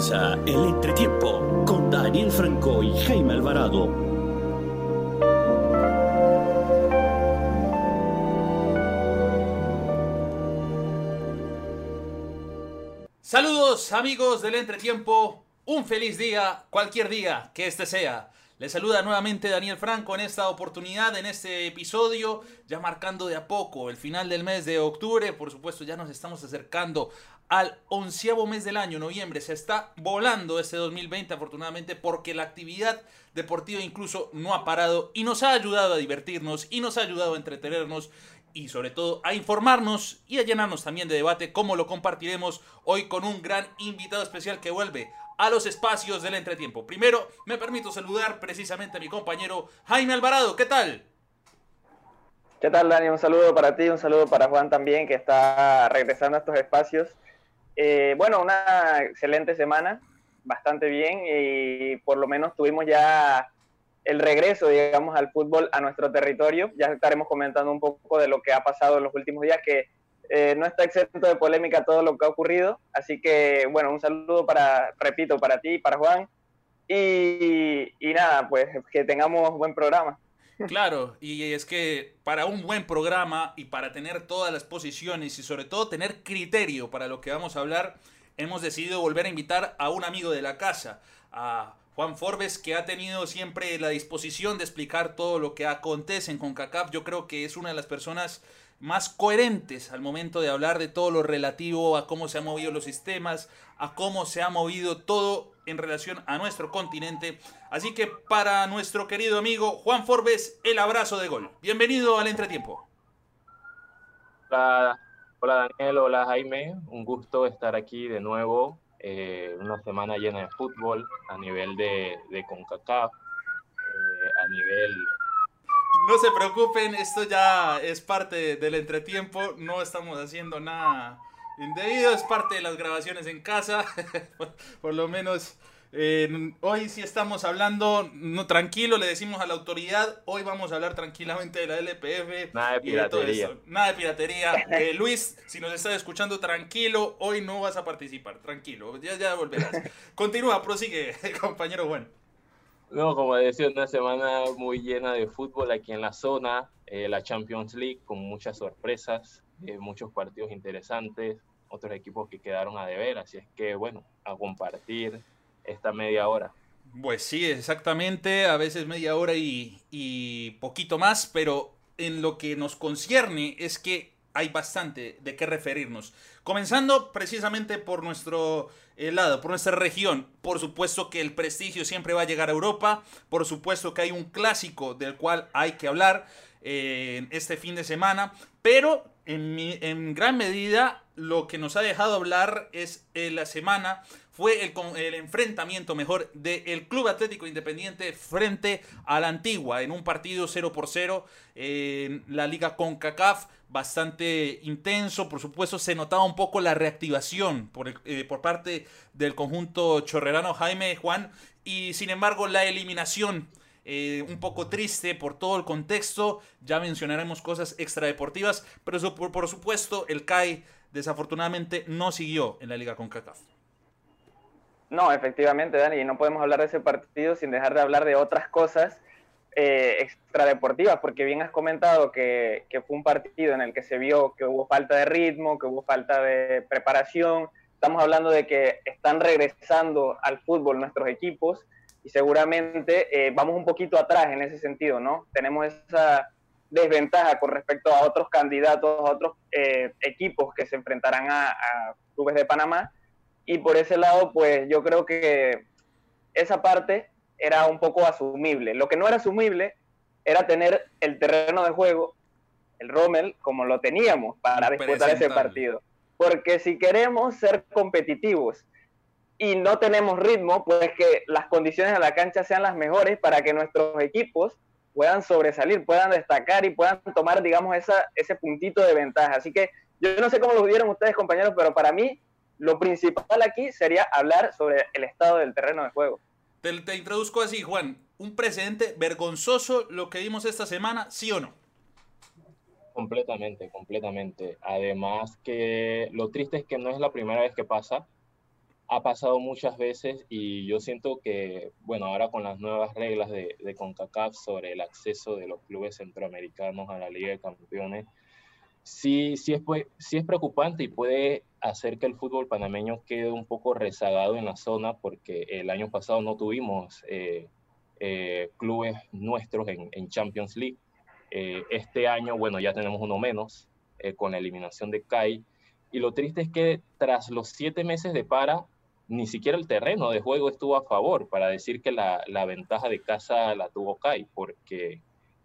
Comienza el entretiempo con Daniel Franco y Jaime Alvarado. Saludos amigos del entretiempo, un feliz día, cualquier día que este sea. Les saluda nuevamente Daniel Franco en esta oportunidad, en este episodio, ya marcando de a poco el final del mes de octubre. Por supuesto ya nos estamos acercando al 11º mes del año, noviembre. Se está volando este 2020 afortunadamente, porque la actividad deportiva incluso no ha parado y nos ha ayudado a divertirnos y nos ha ayudado a entretenernos y sobre todo a informarnos y a llenarnos también de debate, como lo compartiremos hoy con un gran invitado especial que vuelve a los espacios del entretiempo. Primero, me permito saludar precisamente a mi compañero Jaime Alvarado. ¿Qué tal? ¿Qué tal, Dani? Un saludo para ti, un saludo para Juan también, que está regresando a estos espacios. Bueno, una excelente semana, bastante bien, y por lo menos tuvimos ya el regreso, digamos, al fútbol a nuestro territorio. Ya estaremos comentando un poco de lo que ha pasado en los últimos días, que no está exento de polémica todo lo que ha ocurrido. Así que, bueno, un saludo repito, para ti y para Juan. Y nada, pues que tengamos buen programa. Claro, y es que para un buen programa y para tener todas las posiciones y sobre todo tener criterio para lo que vamos a hablar, hemos decidido volver a invitar a un amigo de la casa, a Juan Forbes, que ha tenido siempre la disposición de explicar todo lo que acontece en CONCACAF. Yo creo que es una de las personas más coherentes al momento de hablar de todo lo relativo a cómo se han movido los sistemas, a cómo se ha movido todo en relación a nuestro continente. Así que para nuestro querido amigo Juan Forbes, el abrazo de gol. Bienvenido al entretiempo. Hola, hola Daniel, hola Jaime, un gusto estar aquí de nuevo, una semana llena de fútbol a nivel de CONCACAF, a nivel... No se preocupen, esto ya es parte del entretiempo, no estamos haciendo nada indebido, es parte de las grabaciones en casa, por lo menos hoy sí estamos hablando, no, tranquilo, le decimos a la autoridad, hoy vamos a hablar tranquilamente de la LPF. Nada de piratería. Y de todo eso. Nada de piratería. Luis, si nos estás escuchando, tranquilo, hoy no vas a participar, tranquilo, ya volverás. Continúa, prosigue, compañero Juan. No, como decía, una semana muy llena de fútbol aquí en la zona, la Champions League con muchas sorpresas, muchos partidos interesantes, otros equipos que quedaron a deber, así es que bueno, a compartir esta media hora. Pues sí, exactamente, a veces media hora y poquito más, pero en lo que nos concierne es que hay bastante de qué referirnos. Comenzando precisamente por nuestro lado, por nuestra región. Por supuesto que el prestigio siempre va a llegar a Europa. Por supuesto que hay un clásico del cual hay que hablar este fin de semana. Pero en gran medida lo que nos ha dejado hablar es la semana fue el enfrentamiento mejor del Club Atlético Independiente frente a la Antigua en un partido 0-0 en la Liga CONCACAF, bastante intenso. Por supuesto se notaba un poco la reactivación por parte del conjunto chorrerano, Jaime, Juan, y sin embargo la eliminación un poco triste por todo el contexto. Ya mencionaremos cosas extradeportivas, pero por supuesto el CAI desafortunadamente no siguió en la Liga CONCACAF. No, efectivamente, Dani, no podemos hablar de ese partido sin dejar de hablar de otras cosas extradeportivas, porque bien has comentado que fue un partido en el que se vio que hubo falta de ritmo, que hubo falta de preparación. Estamos hablando de que están regresando al fútbol nuestros equipos y seguramente vamos un poquito atrás en ese sentido, ¿no? Tenemos esa desventaja con respecto a otros candidatos, a otros equipos que se enfrentarán a clubes de Panamá. Y por ese lado, pues yo creo que esa parte era un poco asumible. Lo que no era asumible era tener el terreno de juego, el Rommel, como lo teníamos para disputar ese partido. Porque si queremos ser competitivos y no tenemos ritmo, pues que las condiciones de la cancha sean las mejores para que nuestros equipos puedan sobresalir, puedan destacar y puedan tomar, digamos, ese puntito de ventaja. Así que yo no sé cómo lo vieron ustedes, compañeros, pero para mí lo principal aquí sería hablar sobre el estado del terreno de juego. Te introduzco así, Juan. ¿Un precedente vergonzoso lo que vimos esta semana, sí o no? Completamente. Además que lo triste es que no es la primera vez que pasa. ha pasado muchas veces y yo siento que, bueno, ahora con las nuevas reglas de CONCACAF sobre el acceso de los clubes centroamericanos a la Liga de Campeones, sí es preocupante y puede hacer que el fútbol panameño quede un poco rezagado en la zona porque el año pasado no tuvimos clubes nuestros en Champions League. Este año, bueno, ya tenemos uno menos con la eliminación de CAI. Y lo triste es que tras los 7 meses de para, ni siquiera el terreno de juego estuvo a favor para decir que la ventaja de casa la tuvo CAI, porque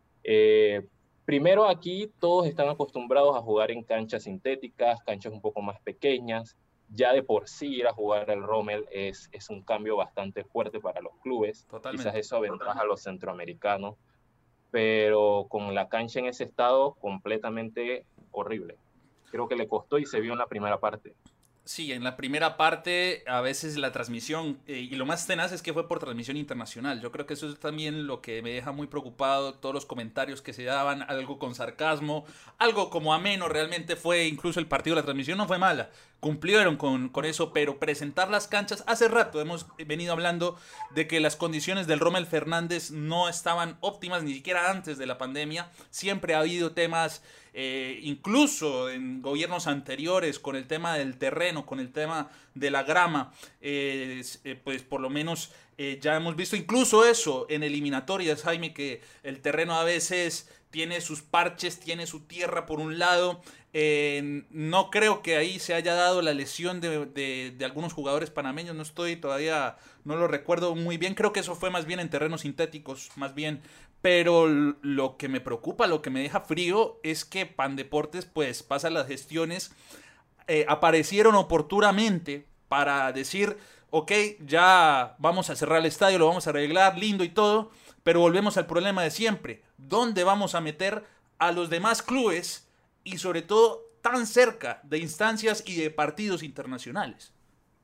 primero aquí todos están acostumbrados a jugar en canchas sintéticas, canchas un poco más pequeñas. Ya de por sí ir a jugar al Rommel es un cambio bastante fuerte para los clubes. Totalmente. Quizás eso aventaja a los centroamericanos, pero con la cancha en ese estado completamente horrible. Creo que le costó y se vio en la primera parte. Sí, en la primera parte a veces la transmisión, y lo más tenaz es que fue por transmisión internacional. Yo creo que eso es también lo que me deja muy preocupado, todos los comentarios que se daban, algo con sarcasmo, algo como ameno realmente fue, incluso el partido, la transmisión no fue mala, cumplieron con eso, pero presentar las canchas, hace rato hemos venido hablando de que las condiciones del Rommel Fernández no estaban óptimas, ni siquiera antes de la pandemia, siempre ha habido temas, incluso en gobiernos anteriores, con el tema del terreno, con el tema de la grama, pues por lo menos ya hemos visto incluso eso en eliminatorias, Jaime, que el terreno a veces tiene sus parches, tiene su tierra por un lado. No creo que ahí se haya dado la lesión de algunos jugadores panameños, todavía no lo recuerdo muy bien, creo que eso fue más bien en terrenos sintéticos, más bien, pero lo que me preocupa, lo que me deja frío es que Pandeportes pues pasa las gestiones, aparecieron oportunamente para decir, ok, ya vamos a cerrar el estadio, lo vamos a arreglar, lindo y todo, pero volvemos al problema de siempre, ¿dónde vamos a meter a los demás clubes y sobre todo tan cerca de instancias y de partidos internacionales?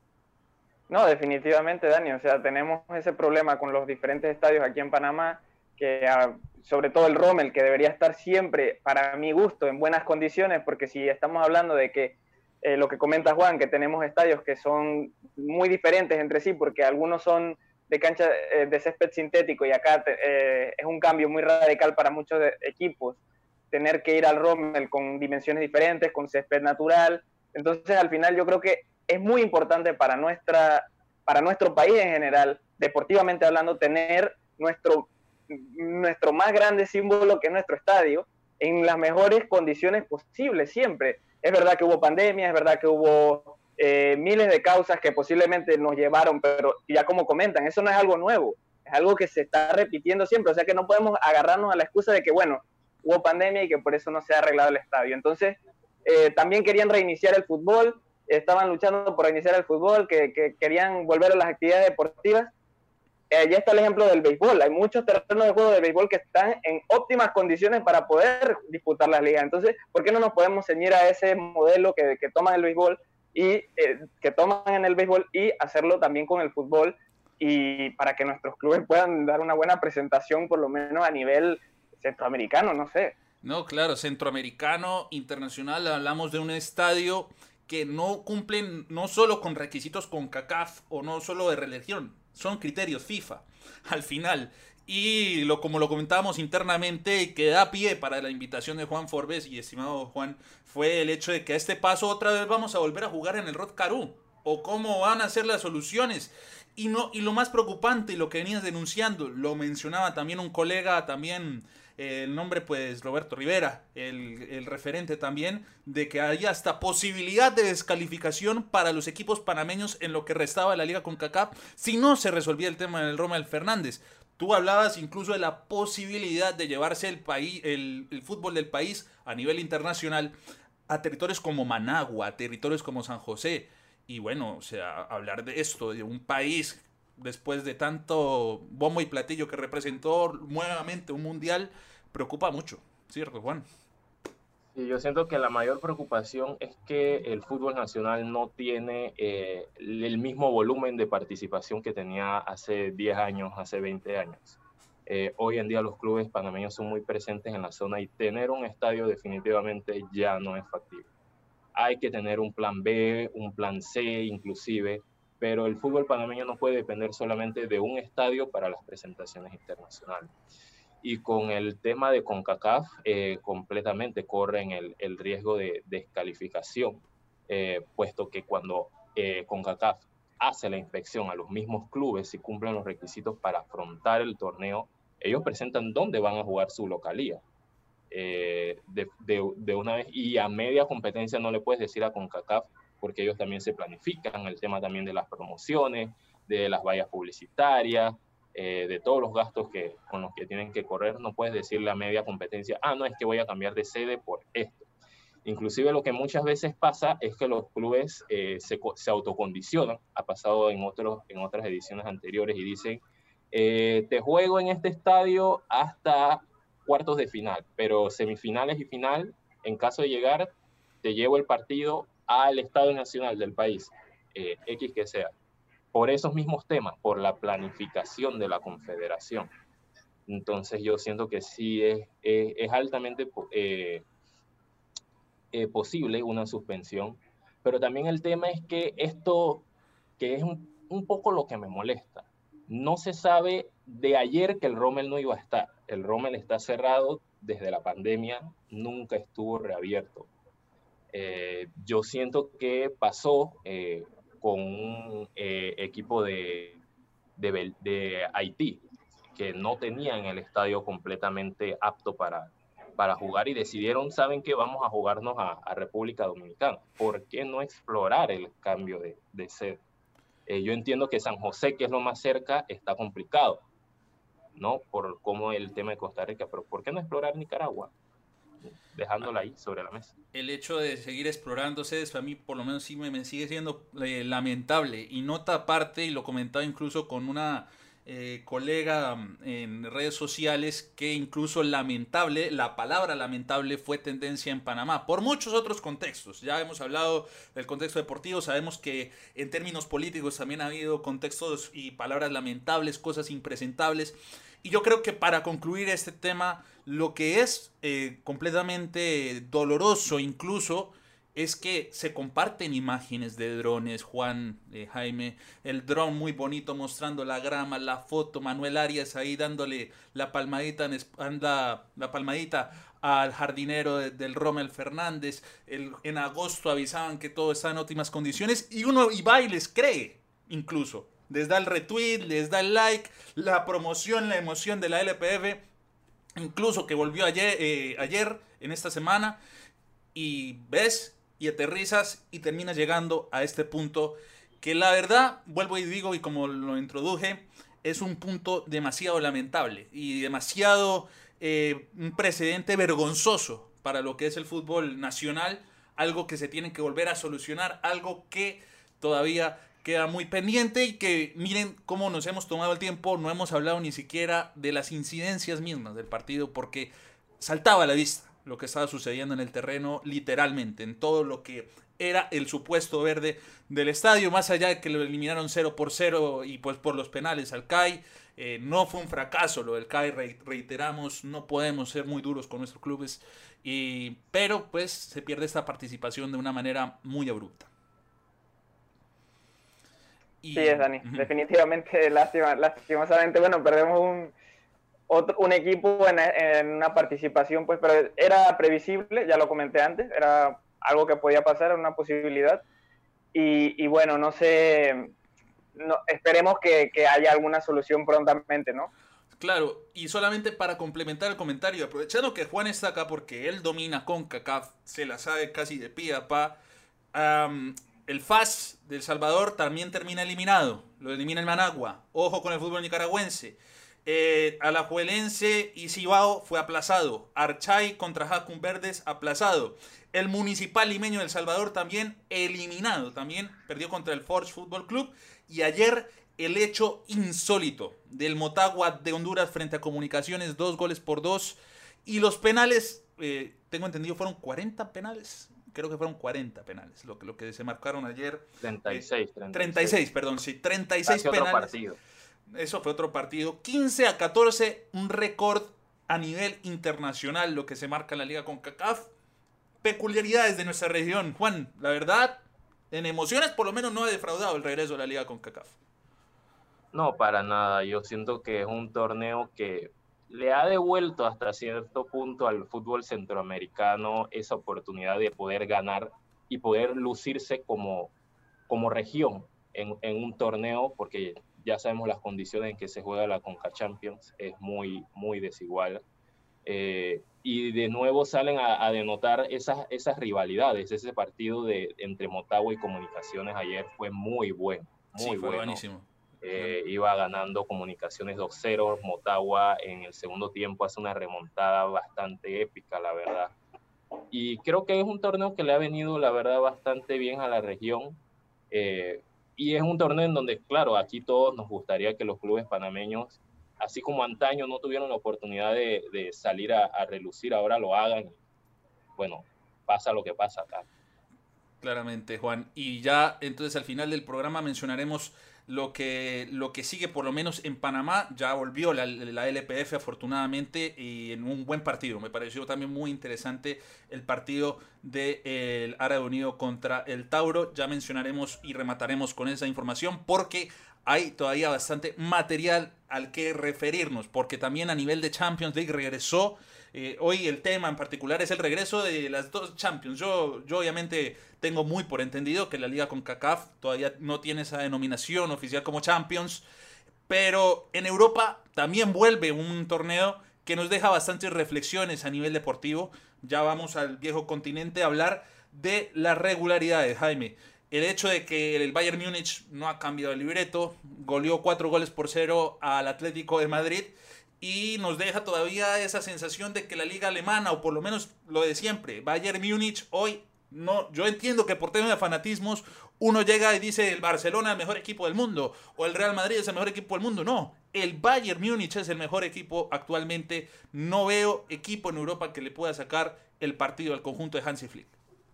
No, definitivamente, Dani, o sea, tenemos ese problema con los diferentes estadios aquí en Panamá, que sobre todo el Rommel, que debería estar siempre, para mi gusto, en buenas condiciones, porque si estamos hablando de que lo que comenta Juan, que tenemos estadios que son muy diferentes entre sí, porque algunos son de cancha de césped sintético y acá es un cambio muy radical para muchos equipos, tener que ir al Rommel con dimensiones diferentes, con césped natural. Entonces, al final yo creo que es muy importante para nuestro país en general, deportivamente hablando, tener nuestro más grande símbolo, que es nuestro estadio, en las mejores condiciones posibles siempre. Es verdad que hubo pandemia, es verdad que hubo miles de causas que posiblemente nos llevaron, pero ya como comentan, eso no es algo nuevo, es algo que se está repitiendo siempre, o sea que no podemos agarrarnos a la excusa de que, bueno, hubo pandemia y que por eso no se ha arreglado el estadio. Entonces, también querían reiniciar el fútbol, estaban luchando por reiniciar el fútbol, que querían volver a las actividades deportivas. Ya está el ejemplo del béisbol. Hay muchos terrenos de juego de béisbol que están en óptimas condiciones para poder disputar las ligas. Entonces, ¿por qué no nos podemos ceñir a ese modelo que toman el béisbol y que toman en el béisbol y hacerlo también con el fútbol, y para que nuestros clubes puedan dar una buena presentación, por lo menos a nivel centroamericano, no sé? No, claro, centroamericano, internacional, hablamos de un estadio que no cumplen no solo con requisitos con CONCACAF o no solo de religión, son criterios FIFA al final. Y como lo comentábamos internamente, que da pie para la invitación de Juan Forbes y estimado Juan, fue el hecho de que a este paso otra vez vamos a volver a jugar en el Rod Caru, o cómo van a ser las soluciones. Y lo más preocupante, y lo que venías denunciando, lo mencionaba también un colega, también el nombre pues Roberto Rivera, el referente también, de que hay hasta posibilidad de descalificación para los equipos panameños en lo que restaba de la Liga CONCACAF si no se resolvía el tema del Rommel Fernández. Tú hablabas incluso de la posibilidad de llevarse el fútbol del país a nivel internacional a territorios como Managua, a territorios como San José. Y bueno, o sea, hablar de esto, de un país después de tanto bombo y platillo que representó nuevamente un mundial, preocupa mucho, ¿cierto, Juan? Y yo siento que la mayor preocupación es que el fútbol nacional no tiene el mismo volumen de participación que tenía hace 10 años, hace 20 años. Hoy en día los clubes panameños son muy presentes en la zona y tener un estadio definitivamente ya no es factible. Hay que tener un plan B, un plan C inclusive, pero el fútbol panameño no puede depender solamente de un estadio para las presentaciones internacionales. Y con el tema de CONCACAF, completamente corren el riesgo de descalificación, puesto que cuando CONCACAF hace la inspección a los mismos clubes si cumplen los requisitos para afrontar el torneo, ellos presentan dónde van a jugar su localía. De una vez, y a media competencia no le puedes decir a CONCACAF, porque ellos también se planifican el tema también de las promociones, de las vallas publicitarias, de todos los gastos con los que tienen que correr. No puedes decirle a media competencia, no, es que voy a cambiar de sede por esto. Inclusive lo que muchas veces pasa es que los clubes se autocondicionan, ha pasado en otras ediciones anteriores, y dicen, te juego en este estadio hasta cuartos de final, pero semifinales y final, en caso de llegar, te llevo el partido al Estadio Nacional del país, X que sea, por esos mismos temas, por la planificación de la confederación. Entonces yo siento que sí es altamente posible una suspensión, pero también el tema es que esto, que es un poco lo que me molesta, no se sabe de ayer que el Rommel no iba a estar. El Rommel está cerrado desde la pandemia, nunca estuvo reabierto. Yo siento que pasó con un equipo de Haití, que no tenían el estadio completamente apto para jugar, y decidieron, ¿saben qué? Vamos a jugarnos a República Dominicana. ¿Por qué no explorar el cambio de sede? Yo entiendo que San José, que es lo más cerca, está complicado, ¿no? Por cómo el tema de Costa Rica, pero ¿por qué no explorar Nicaragua? Dejándola ahí sobre la mesa. El hecho de seguir explorando sedes, a mí por lo menos sí me sigue siendo lamentable. Y nota aparte, y lo comentaba incluso con una colega en redes sociales, que incluso la palabra lamentable fue tendencia en Panamá, por muchos otros contextos. Ya hemos hablado del contexto deportivo, sabemos que en términos políticos también ha habido contextos y palabras lamentables, cosas impresentables. Y yo creo que para concluir este tema, lo que es completamente doloroso incluso es que se comparten imágenes de drones, Juan, Jaime, el dron muy bonito mostrando la grama, la foto, Manuel Arias ahí dándole la palmadita, la palmadita al jardinero del Rommel Fernández. En agosto avisaban que todo está en óptimas condiciones y uno y va y les cree incluso. Les da el retweet, les da el like, la promoción, la emoción de la LPF, incluso que volvió ayer, en esta semana, y ves y aterrizas y terminas llegando a este punto que la verdad, vuelvo y digo, y como lo introduje, es un punto demasiado lamentable y demasiado un precedente vergonzoso para lo que es el fútbol nacional, algo que se tiene que volver a solucionar, algo que todavía queda muy pendiente, y que miren cómo nos hemos tomado el tiempo, no hemos hablado ni siquiera de las incidencias mismas del partido, porque saltaba a la vista lo que estaba sucediendo en el terreno, literalmente, en todo lo que era el supuesto verde del estadio, más allá de que lo eliminaron 0-0 y pues por los penales al CAI. No fue un fracaso lo del CAI, reiteramos, no podemos ser muy duros con nuestros clubes, pero pues se pierde esta participación de una manera muy abrupta. Sí, es Dani, definitivamente lastimosamente, bueno, perdemos un equipo en una participación, pues, pero era previsible, ya lo comenté antes, era algo que podía pasar, era una posibilidad, y bueno, no sé, esperemos que haya alguna solución prontamente, ¿no? Claro, y solamente para complementar el comentario, aprovechando que Juan está acá porque él domina CONCACAF, se la sabe casi de pie a pa, el FAS de El Salvador también termina eliminado. Lo elimina el Managua. Ojo con el fútbol nicaragüense. Alajuelense y Cibao fue aplazado. Archay contra Jacun Verdes aplazado. El Municipal Limeño de El Salvador también eliminado. También perdió contra el Forge Fútbol Club. Y ayer el hecho insólito del Motagua de Honduras frente a Comunicaciones, 2-2. Y los penales, tengo entendido, fueron 40 penales. Creo que fueron 40 penales, lo que se marcaron ayer. 36, perdón, sí, 36 penales. Otro partido. Eso fue otro partido. 15-14, un récord a nivel internacional, lo que se marca en la Liga CONCACAF. Peculiaridades de nuestra región. Juan, la verdad, En emociones, por lo menos, no ha defraudado el regreso de la Liga CONCACAF. No, para nada. Yo siento que es un torneo que le ha devuelto hasta cierto punto al fútbol centroamericano esa oportunidad de poder ganar y poder lucirse como región en un torneo, porque ya sabemos las condiciones en que se juega la Conca Champions, es muy, muy desigual. Y de nuevo salen a denotar esas rivalidades. Ese partido entre Motagua y Comunicaciones ayer fue muy bueno, muy sí, fue bueno. buenísimo. Iba ganando Comunicaciones 2-0, Motagua en el segundo tiempo hace una remontada bastante épica, la verdad. Y creo que es un torneo que le ha venido, la verdad, bastante bien a la región. Y es un torneo en donde, claro, aquí todos nos gustaría que los clubes panameños, así como antaño no tuvieron la oportunidad de salir a relucir, ahora lo hagan. Bueno, pasa lo que pasa acá. Claramente, Juan. Y ya entonces al final del programa mencionaremos lo que sigue por lo menos en Panamá. Ya volvió la LPF afortunadamente y en un buen partido. Me pareció también muy interesante el partido del Árabe Unido contra el Tauro. Ya mencionaremos y remataremos con esa información porque hay todavía bastante material al que referirnos, porque también a nivel de Champions League regresó. Hoy el tema en particular es el regreso de las dos Champions. Yo obviamente tengo muy por entendido que la Liga CONCACAF todavía no tiene esa denominación oficial como Champions, pero en Europa también vuelve un torneo que nos deja bastantes reflexiones a nivel deportivo. Ya vamos al viejo continente a hablar de las regularidades, Jaime. El hecho de que el Bayern Múnich no ha cambiado el libreto, goleó 4-0 al Atlético de Madrid y nos deja todavía esa sensación de que la liga alemana, o por lo menos lo de siempre, Bayern Múnich hoy, no, yo entiendo que por tema de fanatismos uno llega y dice el Barcelona es el mejor equipo del mundo, o el Real Madrid es el mejor equipo del mundo, no, el Bayern Múnich es el mejor equipo actualmente, no veo equipo en Europa que le pueda sacar el partido al conjunto de Hansi Flick.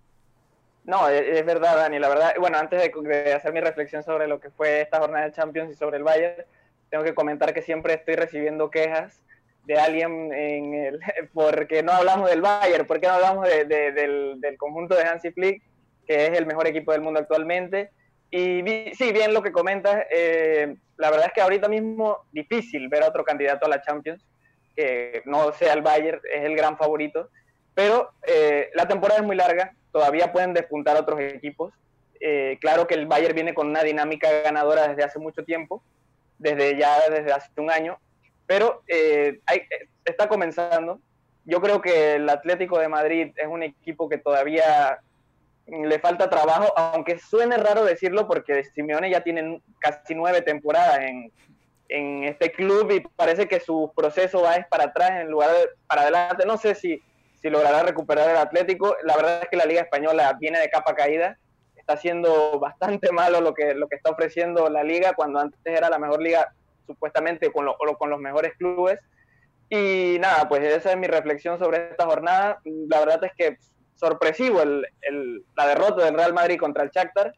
No, es verdad, Dani, la verdad, bueno, antes de hacer mi reflexión sobre lo que fue esta jornada de Champions y sobre el Bayern, tengo que comentar que siempre estoy recibiendo quejas de alguien porque no hablamos del Bayern, porque no hablamos del conjunto de Hansi Flick, que es el mejor equipo del mundo actualmente. Y sí, bien lo que comentas, la verdad es que ahorita mismo difícil ver a otro candidato a la Champions, que no sea el Bayern, es el gran favorito, pero la temporada es muy larga, todavía pueden despuntar otros equipos. Claro que el Bayern viene con una dinámica ganadora desde hace mucho tiempo, desde hace un año, pero está comenzando. Yo creo que el Atlético de Madrid es un equipo que todavía le falta trabajo, aunque suene raro decirlo porque Simeone ya tiene casi 9 temporadas en este club y parece que su proceso va para atrás en lugar de para adelante. No sé si logrará recuperar el Atlético. La verdad es que la Liga Española viene de capa caída. Está haciendo bastante malo lo que está ofreciendo la Liga cuando antes era la mejor liga supuestamente con los mejores clubes. Y nada, pues esa es mi reflexión sobre esta jornada. La verdad es que sorpresivo la derrota del Real Madrid contra el Shakhtar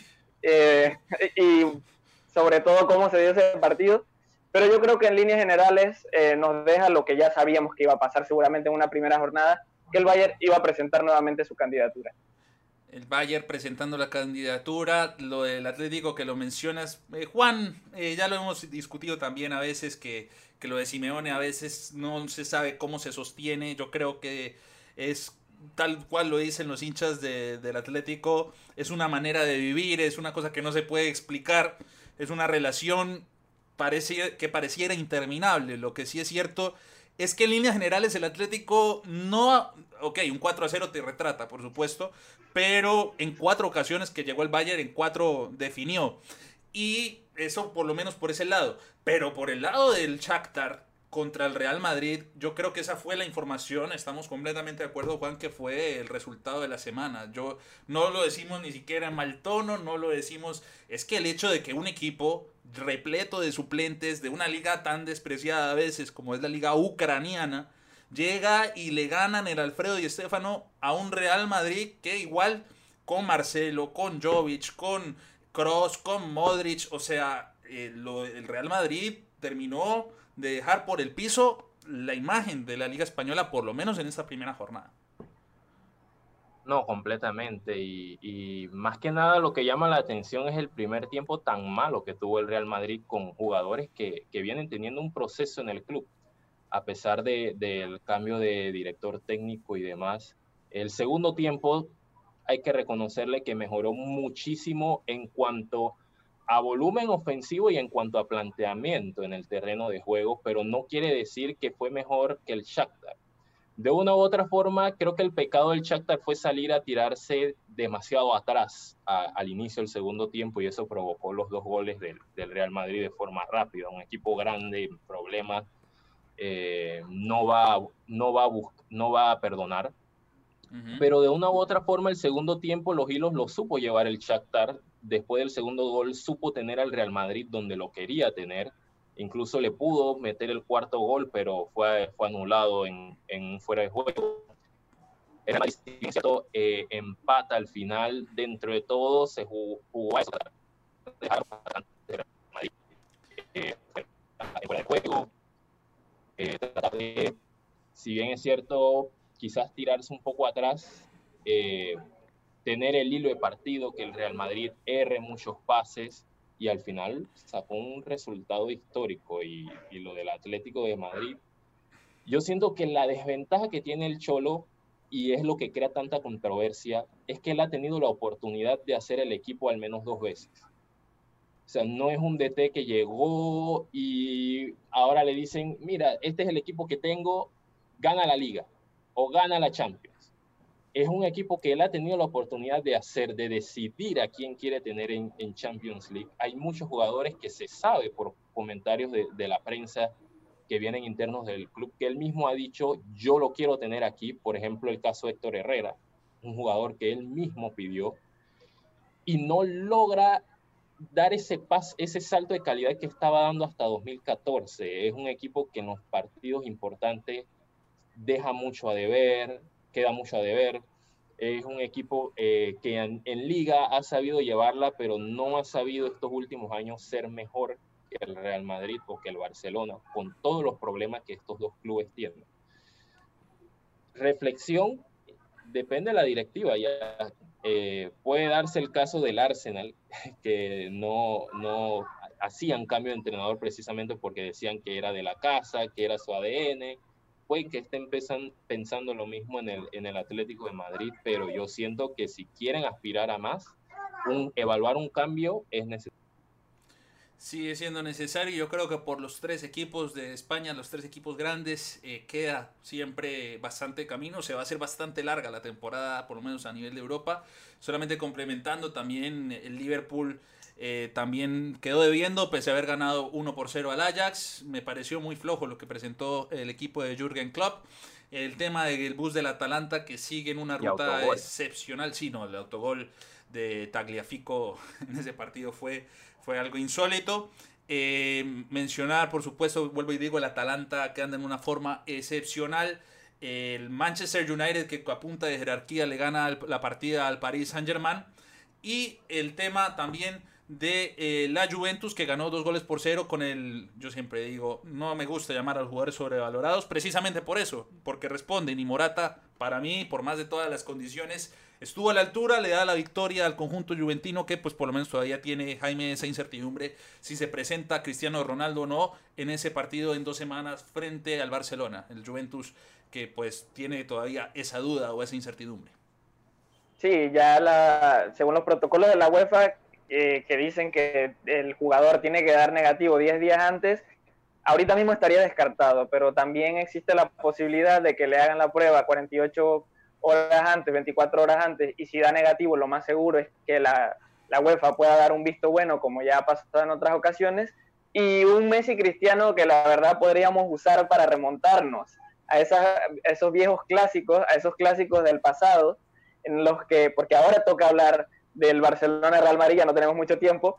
y sobre todo cómo se dio ese partido. Pero yo creo que en líneas generales nos deja lo que ya sabíamos que iba a pasar seguramente en una primera jornada, que el Bayern iba a presentar nuevamente su candidatura. El Bayern presentando la candidatura, lo del Atlético que lo mencionas. Juan, ya lo hemos discutido también a veces, que lo de Simeone a veces no se sabe cómo se sostiene. Yo creo que es tal cual lo dicen los hinchas del Atlético, es una manera de vivir, es una cosa que no se puede explicar, es una relación que pareciera interminable. Lo que sí es cierto es que en líneas generales el Atlético no... Ok, un 4-0 te retrata, por supuesto, pero en 4 ocasiones que llegó el Bayern, en 4 definió. Y eso por lo menos por ese lado. Pero por el lado del Shakhtar contra el Real Madrid, yo creo que esa fue la información. Estamos completamente de acuerdo, Juan, que fue el resultado de la semana. Yo no lo decimos ni siquiera en mal tono, no lo decimos... Es que el hecho de que un equipo repleto de suplentes de una liga tan despreciada a veces como es la liga ucraniana, llega y le ganan el Alfredo Di Stéfano a un Real Madrid que igual con Marcelo, con Jovic, con Kroos, con Modric, o sea, el Real Madrid terminó de dejar por el piso la imagen de la Liga Española, por lo menos en esta primera jornada. No, completamente. Y más que nada lo que llama la atención es el primer tiempo tan malo que tuvo el Real Madrid con jugadores que vienen teniendo un proceso en el club, a pesar del cambio de director técnico y demás. El segundo tiempo hay que reconocerle que mejoró muchísimo en cuanto a volumen ofensivo y en cuanto a planteamiento en el terreno de juego, pero no quiere decir que fue mejor que el Shakhtar. De una u otra forma, creo que el pecado del Shakhtar fue salir a tirarse demasiado atrás al inicio del segundo tiempo, y eso provocó los 2 goles del Real Madrid de forma rápida. Un equipo grande, problemas, no va a perdonar. Pero de una u otra forma, el segundo tiempo los hilos los supo llevar el Shakhtar. Después del segundo gol supo tener al Real Madrid donde lo quería tener. Incluso le pudo meter el cuarto gol, pero fue anulado en fuera de juego. El Madrid empata al final. Dentro de todo se jugó a eso. Dejaron el Madrid fuera de juego. Tratar de, si bien es cierto, quizás tirarse un poco atrás, tener el hilo de partido, que el Real Madrid erre muchos pases, y al final sacó un resultado histórico. Y lo del Atlético de Madrid, yo siento que la desventaja que tiene el Cholo, y es lo que crea tanta controversia, es que él ha tenido la oportunidad de hacer el equipo al menos 2 veces. O sea, no es un DT que llegó y ahora le dicen, mira, este es el equipo que tengo, gana la Liga o gana la Champions. Es un equipo que él ha tenido la oportunidad de hacer, de decidir a quién quiere tener en Champions League. Hay muchos jugadores que se sabe por comentarios de la prensa que vienen internos del club, que él mismo ha dicho, yo lo quiero tener aquí. Por ejemplo, el caso de Héctor Herrera, un jugador que él mismo pidió y no logra dar ese salto de calidad que estaba dando hasta 2014. Es un equipo que en los partidos importantes deja mucho a deber, queda mucho a deber. Es un equipo que en Liga ha sabido llevarla, pero no ha sabido estos últimos años ser mejor que el Real Madrid o que el Barcelona, con todos los problemas que estos 2 clubes tienen. Reflexión, depende de la directiva. Ya puede darse el caso del Arsenal, que no hacían cambio de entrenador precisamente porque decían que era de la casa, que era su ADN. Puede que estén pensando lo mismo en el Atlético de Madrid, pero yo siento que si quieren aspirar a más, evaluar un cambio es necesario. Sigue siendo necesario. Yo creo que por los 3 equipos de España, los 3 equipos grandes, queda siempre bastante camino. Se va a hacer bastante larga la temporada, por lo menos a nivel de Europa. Solamente complementando, también el Liverpool también quedó debiendo, pese a haber ganado 1-0 al Ajax. Me pareció muy flojo lo que presentó el equipo de Jürgen Klopp. El tema del bus del Atalanta, que sigue en una ruta excepcional. Sí, no, el autogol de Tagliafico en ese partido fue algo insólito. Mencionar, por supuesto, vuelvo y digo, el Atalanta, que anda en una forma excepcional. El Manchester United, que a punta de jerarquía le gana la partida al Paris Saint-Germain. Y el tema también de la Juventus, que ganó 2-0 con el... Yo siempre digo, no me gusta llamar a los jugadores sobrevalorados, precisamente por eso, porque responden. Y Morata, para mí, por más de todas las condiciones, estuvo a la altura, le da la victoria al conjunto juventino, que pues por lo menos todavía tiene, Jaime, esa incertidumbre si se presenta Cristiano Ronaldo o no en ese partido en 2 semanas frente al Barcelona. El Juventus, que pues tiene todavía esa duda o esa incertidumbre. Sí, ya según los protocolos de la UEFA, que dicen que el jugador tiene que dar negativo 10 días antes, ahorita mismo estaría descartado, pero también existe la posibilidad de que le hagan la prueba 48 horas antes, 24 horas antes, y si da negativo, lo más seguro es que la UEFA pueda dar un visto bueno, como ya ha pasado en otras ocasiones, y un Messi Cristiano que la verdad podríamos usar para remontarnos a esos viejos clásicos, a esos clásicos del pasado, en los que, porque ahora toca hablar del Barcelona-Real Madrid, ya no tenemos mucho tiempo,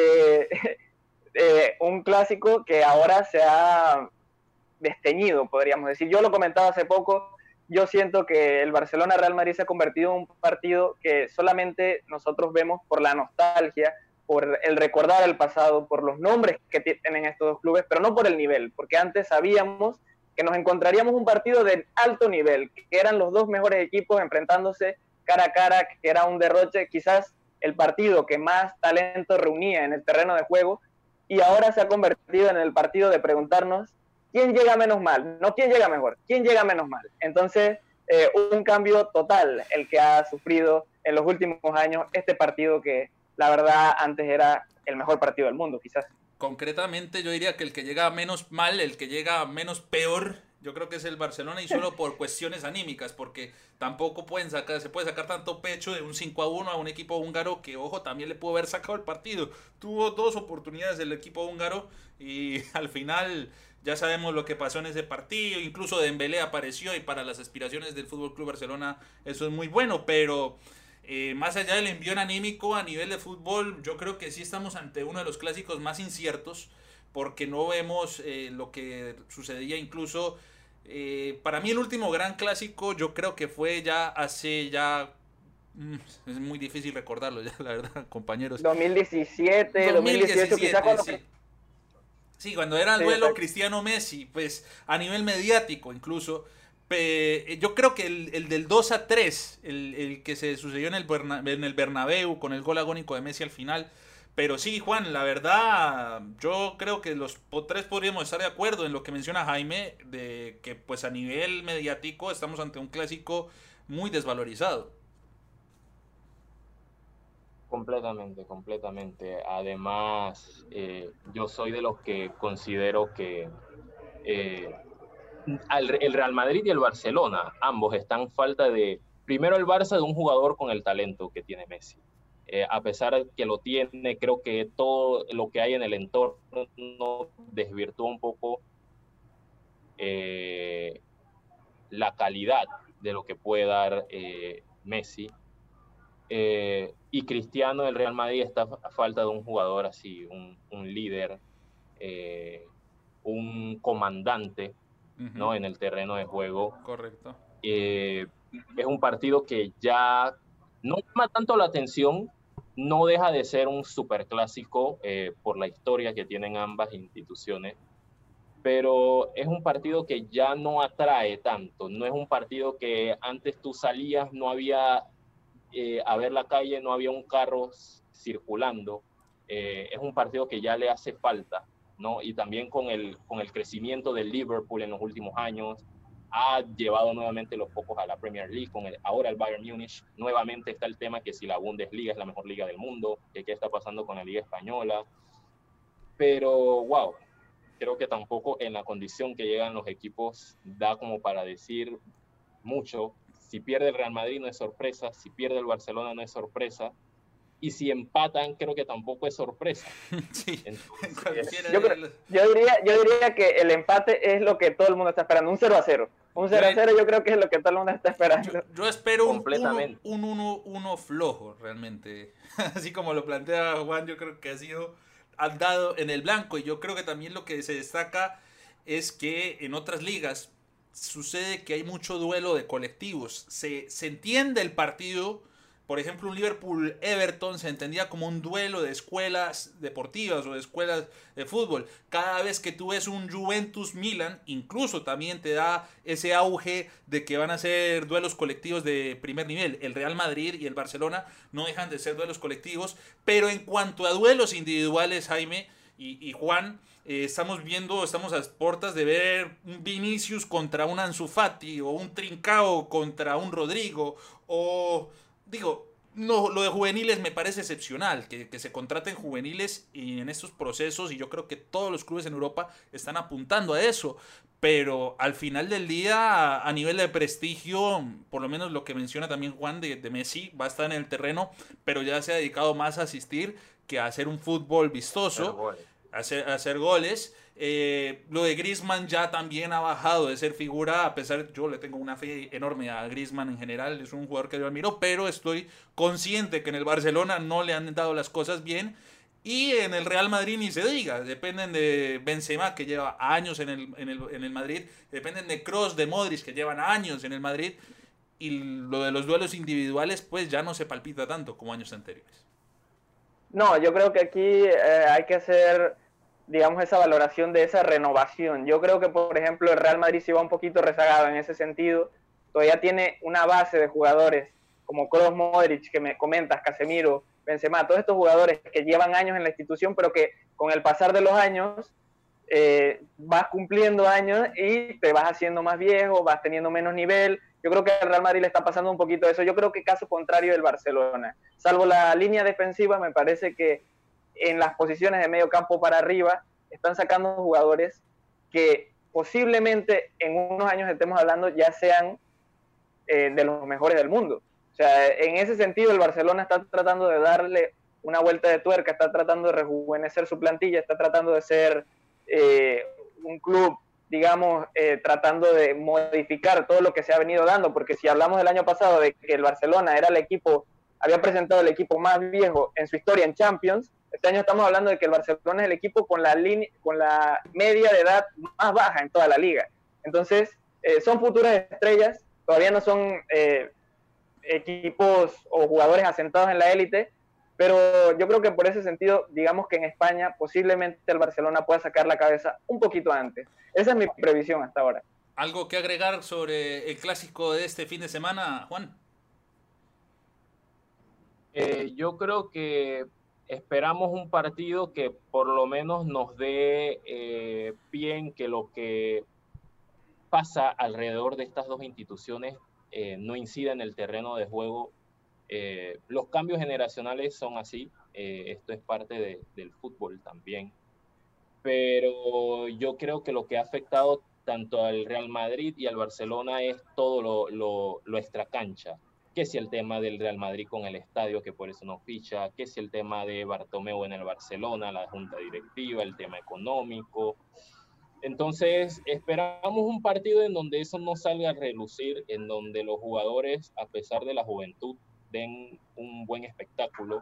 un clásico que ahora se ha desteñido, podríamos decir. Yo lo comentaba hace poco, yo siento que el Barcelona-Real Madrid se ha convertido en un partido que solamente nosotros vemos por la nostalgia, por el recordar el pasado, por los nombres que tienen estos 2 clubes, pero no por el nivel, porque antes sabíamos que nos encontraríamos un partido de alto nivel, que eran los 2 mejores equipos enfrentándose cara a cara, que era un derroche, quizás el partido que más talento reunía en el terreno de juego, y ahora se ha convertido en el partido de preguntarnos quién llega menos mal, no quién llega mejor, quién llega menos mal. Entonces, un cambio total el que ha sufrido en los últimos años este partido que la verdad antes era el mejor partido del mundo, quizás. Concretamente yo diría que el que llega menos mal, el que llega menos peor, yo creo que es el Barcelona, y solo por cuestiones anímicas, porque tampoco se puede sacar tanto pecho de un 5-1 a un equipo húngaro que, ojo, también le pudo haber sacado el partido. Tuvo 2 oportunidades el equipo húngaro y al final ya sabemos lo que pasó en ese partido. Incluso Dembélé apareció y para las aspiraciones del FC Barcelona eso es muy bueno, pero más allá del envión anímico a nivel de fútbol, yo creo que sí estamos ante uno de los clásicos más inciertos, porque no vemos lo que sucedía incluso. Para mí el último gran clásico yo creo que fue es muy difícil recordarlo ya, la verdad, compañeros. 2018 quizás cuando... Sí, cuando era el duelo Cristiano-Messi, pues a nivel mediático incluso. Yo creo que el del 2-3, el que se sucedió en el Bernabéu con el gol agónico de Messi al final. Pero sí, Juan, la verdad, yo creo que los 3 podríamos estar de acuerdo en lo que menciona Jaime, de que pues a nivel mediático estamos ante un clásico muy desvalorizado. Completamente. Además, yo soy de los que considero que el Real Madrid y el Barcelona, ambos están falta de, primero el Barça, de un jugador con el talento que tiene Messi. A pesar de que lo tiene, creo que todo lo que hay en el entorno desvirtúa un poco la calidad de lo que puede dar Messi. Y Cristiano del Real Madrid está a falta de un jugador así, un líder, un comandante, ¿no? En el terreno de juego. Correcto. Es un partido que ya no llama tanto la atención, no deja de ser un superclásico por la historia que tienen ambas instituciones, pero es un partido que ya no atrae tanto. No es un partido que antes tú salías, no había a ver la calle, no había un carro circulando. Es un partido que ya le hace falta, ¿no? Y también con el crecimiento del Liverpool en los últimos años, ha llevado nuevamente los focos a la Premier League, ahora el Bayern Múnich. Nuevamente está el tema que si la Bundesliga es la mejor liga del mundo, que qué está pasando con la Liga Española. Pero, wow, creo que tampoco en la condición que llegan los equipos da como para decir mucho. Si pierde el Real Madrid no es sorpresa, si pierde el Barcelona no es sorpresa, y si empatan creo que tampoco es sorpresa. Sí. Entonces, yo diría que el empate es lo que todo el mundo está esperando, un 0-0. Un 0-0 yo creo que es lo que todo el mundo está esperando. Yo espero un 1-1 flojo, realmente. Así como lo plantea Juan, yo creo que ha dado en el blanco, y yo creo que también lo que se destaca es que en otras ligas sucede que hay mucho duelo de colectivos. Se entiende el partido. Por ejemplo, un Liverpool-Everton se entendía como un duelo de escuelas deportivas o de escuelas de fútbol. Cada vez que tú ves un Juventus-Milan, incluso también te da ese auge de que van a ser duelos colectivos de primer nivel. El Real Madrid y el Barcelona no dejan de ser duelos colectivos, pero en cuanto a duelos individuales, Jaime y Juan, estamos a puertas de ver un Vinicius contra un Ansu Fati, o un Trincao contra un Rodrigo, o... Digo, no, lo de juveniles me parece excepcional, que se contraten juveniles y en estos procesos, y yo creo que todos los clubes en Europa están apuntando a eso, pero al final del día, a nivel de prestigio, por lo menos lo que menciona también Juan de Messi, va a estar en el terreno, pero ya se ha dedicado más a asistir que a hacer un fútbol vistoso, a hacer goles. Lo de Griezmann ya también ha bajado de ser figura, a pesar, yo le tengo una fe enorme a Griezmann en general, es un jugador que yo admiro, pero estoy consciente que en el Barcelona no le han dado las cosas bien, y en el Real Madrid ni se diga. Dependen de Benzema, que lleva años en el Madrid, dependen de Kroos, de Modric, que llevan años en el Madrid, y lo de los duelos individuales pues ya no se palpita tanto como años anteriores. No, yo creo que aquí hay que hacer, digamos, esa valoración de esa renovación. Yo creo que, por ejemplo, el Real Madrid se va un poquito rezagado en ese sentido. Todavía tiene una base de jugadores como Kroos, Modric, que me comentas, Casemiro, Benzema, todos estos jugadores que llevan años en la institución, pero que con el pasar de los años vas cumpliendo años y te vas haciendo más viejo, vas teniendo menos nivel. Yo creo que al Real Madrid le está pasando un poquito eso. Yo creo que caso contrario del Barcelona. Salvo la línea defensiva, me parece que en las posiciones de medio campo para arriba están sacando jugadores que posiblemente en unos años estemos hablando ya sean de los mejores del mundo. O sea, en ese sentido el Barcelona está tratando de darle una vuelta de tuerca, está tratando de rejuvenecer su plantilla, está tratando de ser un club, digamos, tratando de modificar todo lo que se ha venido dando, porque si hablamos del año pasado de que el Barcelona era el equipo, había presentado el equipo más viejo en su historia en Champions, este año estamos hablando de que el Barcelona es el equipo con la media de edad más baja en toda la liga. Entonces, son futuras estrellas, todavía no son equipos o jugadores asentados en la élite, pero yo creo que por ese sentido, digamos que en España posiblemente el Barcelona pueda sacar la cabeza un poquito antes. Esa es mi previsión hasta ahora. ¿Algo que agregar sobre el clásico de este fin de semana, Juan? Yo creo que esperamos un partido que por lo menos nos dé bien que lo que pasa alrededor de estas dos instituciones no incida en el terreno de juego. Los cambios generacionales son así, esto es parte del fútbol también, pero yo creo que lo que ha afectado tanto al Real Madrid y al Barcelona es todo lo extracancha, que si el tema del Real Madrid con el estadio, que por eso no ficha, que si el tema de Bartomeu en el Barcelona, la junta directiva, el tema económico. Entonces esperamos un partido en donde eso no salga a relucir, en donde los jugadores, a pesar de la juventud, den un buen espectáculo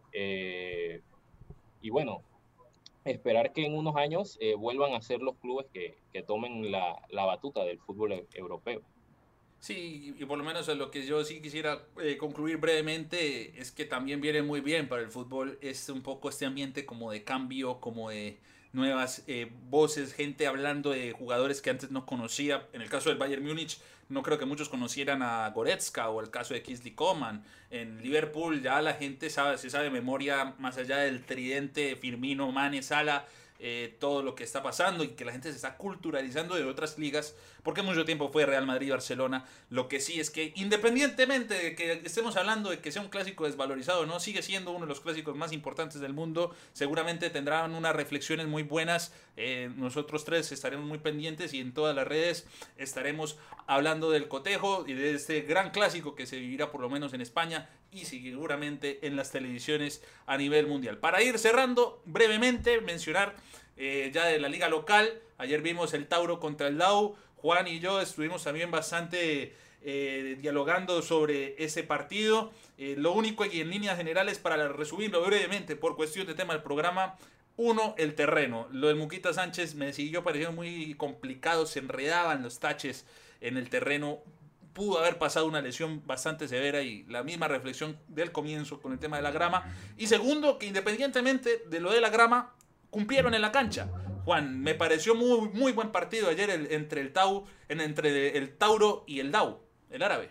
y bueno, esperar que en unos años vuelvan a ser los clubes que tomen la batuta del fútbol europeo. Sí, y por lo menos lo que yo sí quisiera concluir brevemente es que también viene muy bien para el fútbol es un poco este ambiente como de cambio, como de nuevas voces, gente hablando de jugadores que antes no conocía. En el caso del Bayern Múnich, no creo que muchos conocieran a Goretzka, o el caso de Kingsley Coman. En Liverpool ya la gente se sabe de memoria, más allá del tridente Firmino, Mane, Salah, todo lo que está pasando y que la gente se está culturalizando de otras ligas, porque mucho tiempo fue Real Madrid y Barcelona. Lo que sí es que, independientemente de que estemos hablando de que sea un clásico desvalorizado, no, sigue siendo uno de los clásicos más importantes del mundo. Seguramente tendrán unas reflexiones muy buenas. Nosotros tres estaremos muy pendientes y en todas las redes estaremos hablando del cotejo y de este gran clásico que se vivirá por lo menos en España y seguramente en las televisiones a nivel mundial. Para ir cerrando, brevemente mencionar ya de la liga local. Ayer vimos el Tauro contra el Dau. Juan y yo estuvimos también bastante dialogando sobre ese partido. Lo único y en líneas generales, para resumirlo brevemente por cuestión de tema del programa: uno, el terreno. Lo del Muquita Sánchez me siguió pareciendo muy complicado, se enredaban los taches en el terreno. Pudo haber pasado una lesión bastante severa y la misma reflexión del comienzo con el tema de la grama. Y segundo, que independientemente de lo de la grama, cumplieron en la cancha. Juan, me pareció muy, muy buen partido ayer entre el Tauro y el Dau, el árabe.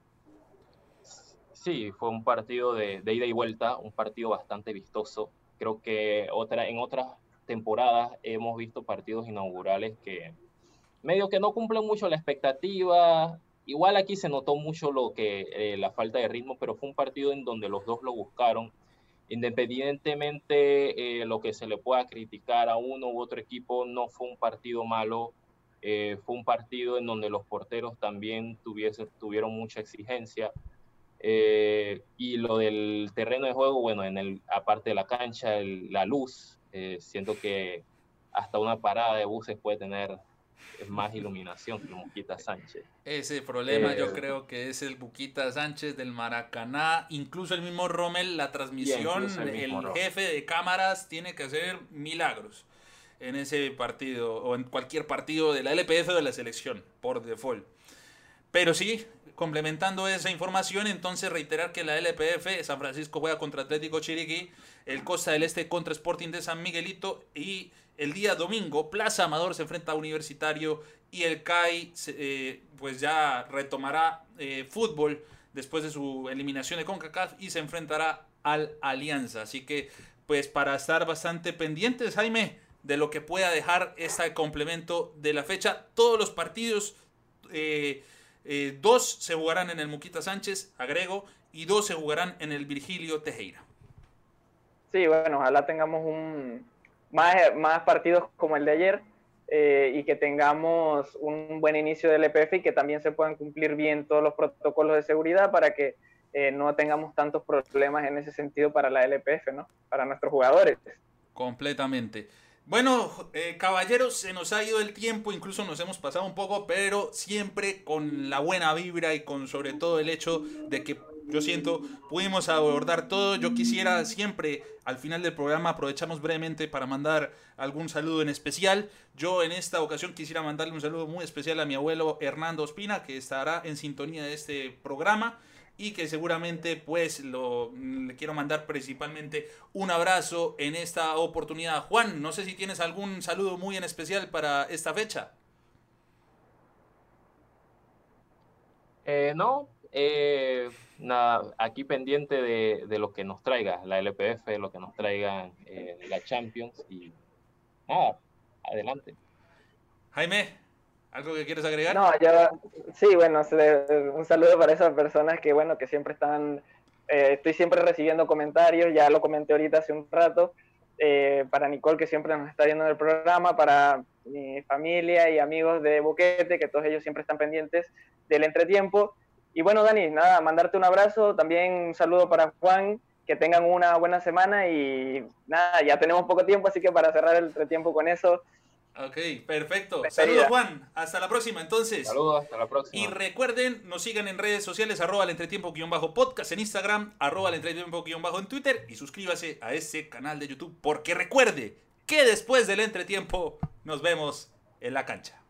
Sí, fue un partido de ida y vuelta, un partido bastante vistoso. Creo que en otras temporadas hemos visto partidos inaugurales que medio que no cumplen mucho la expectativa. Igual aquí se notó mucho la falta de ritmo, pero fue un partido en donde los dos lo buscaron. Independientemente lo que se le pueda criticar a uno u otro equipo, no fue un partido malo. Fue un partido en donde los porteros también tuvieron mucha exigencia. Y lo del terreno de juego, bueno, aparte de la cancha, la luz, siento que hasta una parada de buses puede tener más iluminación que el Muquita Sánchez. Ese problema yo creo que es el Muquita Sánchez del Maracaná. Incluso el mismo Rommel, la transmisión, el jefe de cámaras tiene que hacer milagros en ese partido o en cualquier partido de la LPF o de la selección, por default. Pero sí, complementando esa información, entonces reiterar que la LPF, San Francisco juega contra Atlético Chiriquí, el Costa del Este contra Sporting de San Miguelito, y el día domingo Plaza Amador se enfrenta a Universitario y el CAI pues ya retomará fútbol después de su eliminación de CONCACAF y se enfrentará al Alianza. Así que, pues, para estar bastante pendientes, Jaime, de lo que pueda dejar este complemento de la fecha. Todos los partidos, 2 se jugarán en el Muquita Sánchez, agrego, y 2 se jugarán en el Virgilio Tejera. Sí, bueno, ojalá tengamos más partidos como el de ayer, y que tengamos un buen inicio del EPF y que también se puedan cumplir bien todos los protocolos de seguridad para que no tengamos tantos problemas en ese sentido para la LPF, ¿no? Para nuestros jugadores. Completamente. Bueno, caballeros, se nos ha ido el tiempo, incluso nos hemos pasado un poco, pero siempre con la buena vibra y con sobre todo el hecho de que yo siento pudimos abordar todo. Yo quisiera siempre al final del programa aprovechamos brevemente para mandar algún saludo en especial. Yo en esta ocasión quisiera mandarle un saludo muy especial a mi abuelo Hernando Ospina, que estará en sintonía de este programa y que seguramente pues le quiero mandar principalmente un abrazo en esta oportunidad. Juan, no sé si tienes algún saludo muy en especial para esta fecha. No, nada, aquí pendiente de lo que nos traiga la LPF, lo que nos traigan la Champions y nada, adelante. Jaime, ¿algo que quieres agregar? No, sí, bueno, un saludo para esas personas que, bueno, que siempre están, estoy siempre recibiendo comentarios, ya lo comenté ahorita hace un rato, para Nicole, que siempre nos está viendo en el programa, para mi familia y amigos de Boquete, que todos ellos siempre están pendientes del entretiempo. Y bueno, Dani, nada, mandarte un abrazo, también un saludo para Juan, que tengan una buena semana y nada, ya tenemos poco tiempo, así que para cerrar el entretiempo con eso. Ok, perfecto. Despedida. Saludos, Juan. Hasta la próxima, entonces. Saludos, hasta la próxima. Y recuerden, nos sigan en redes sociales, @elentretiempo_podcast en Instagram, @elentretiempo- en Twitter, y suscríbase a este canal de YouTube, porque recuerde que después del entretiempo nos vemos en la cancha.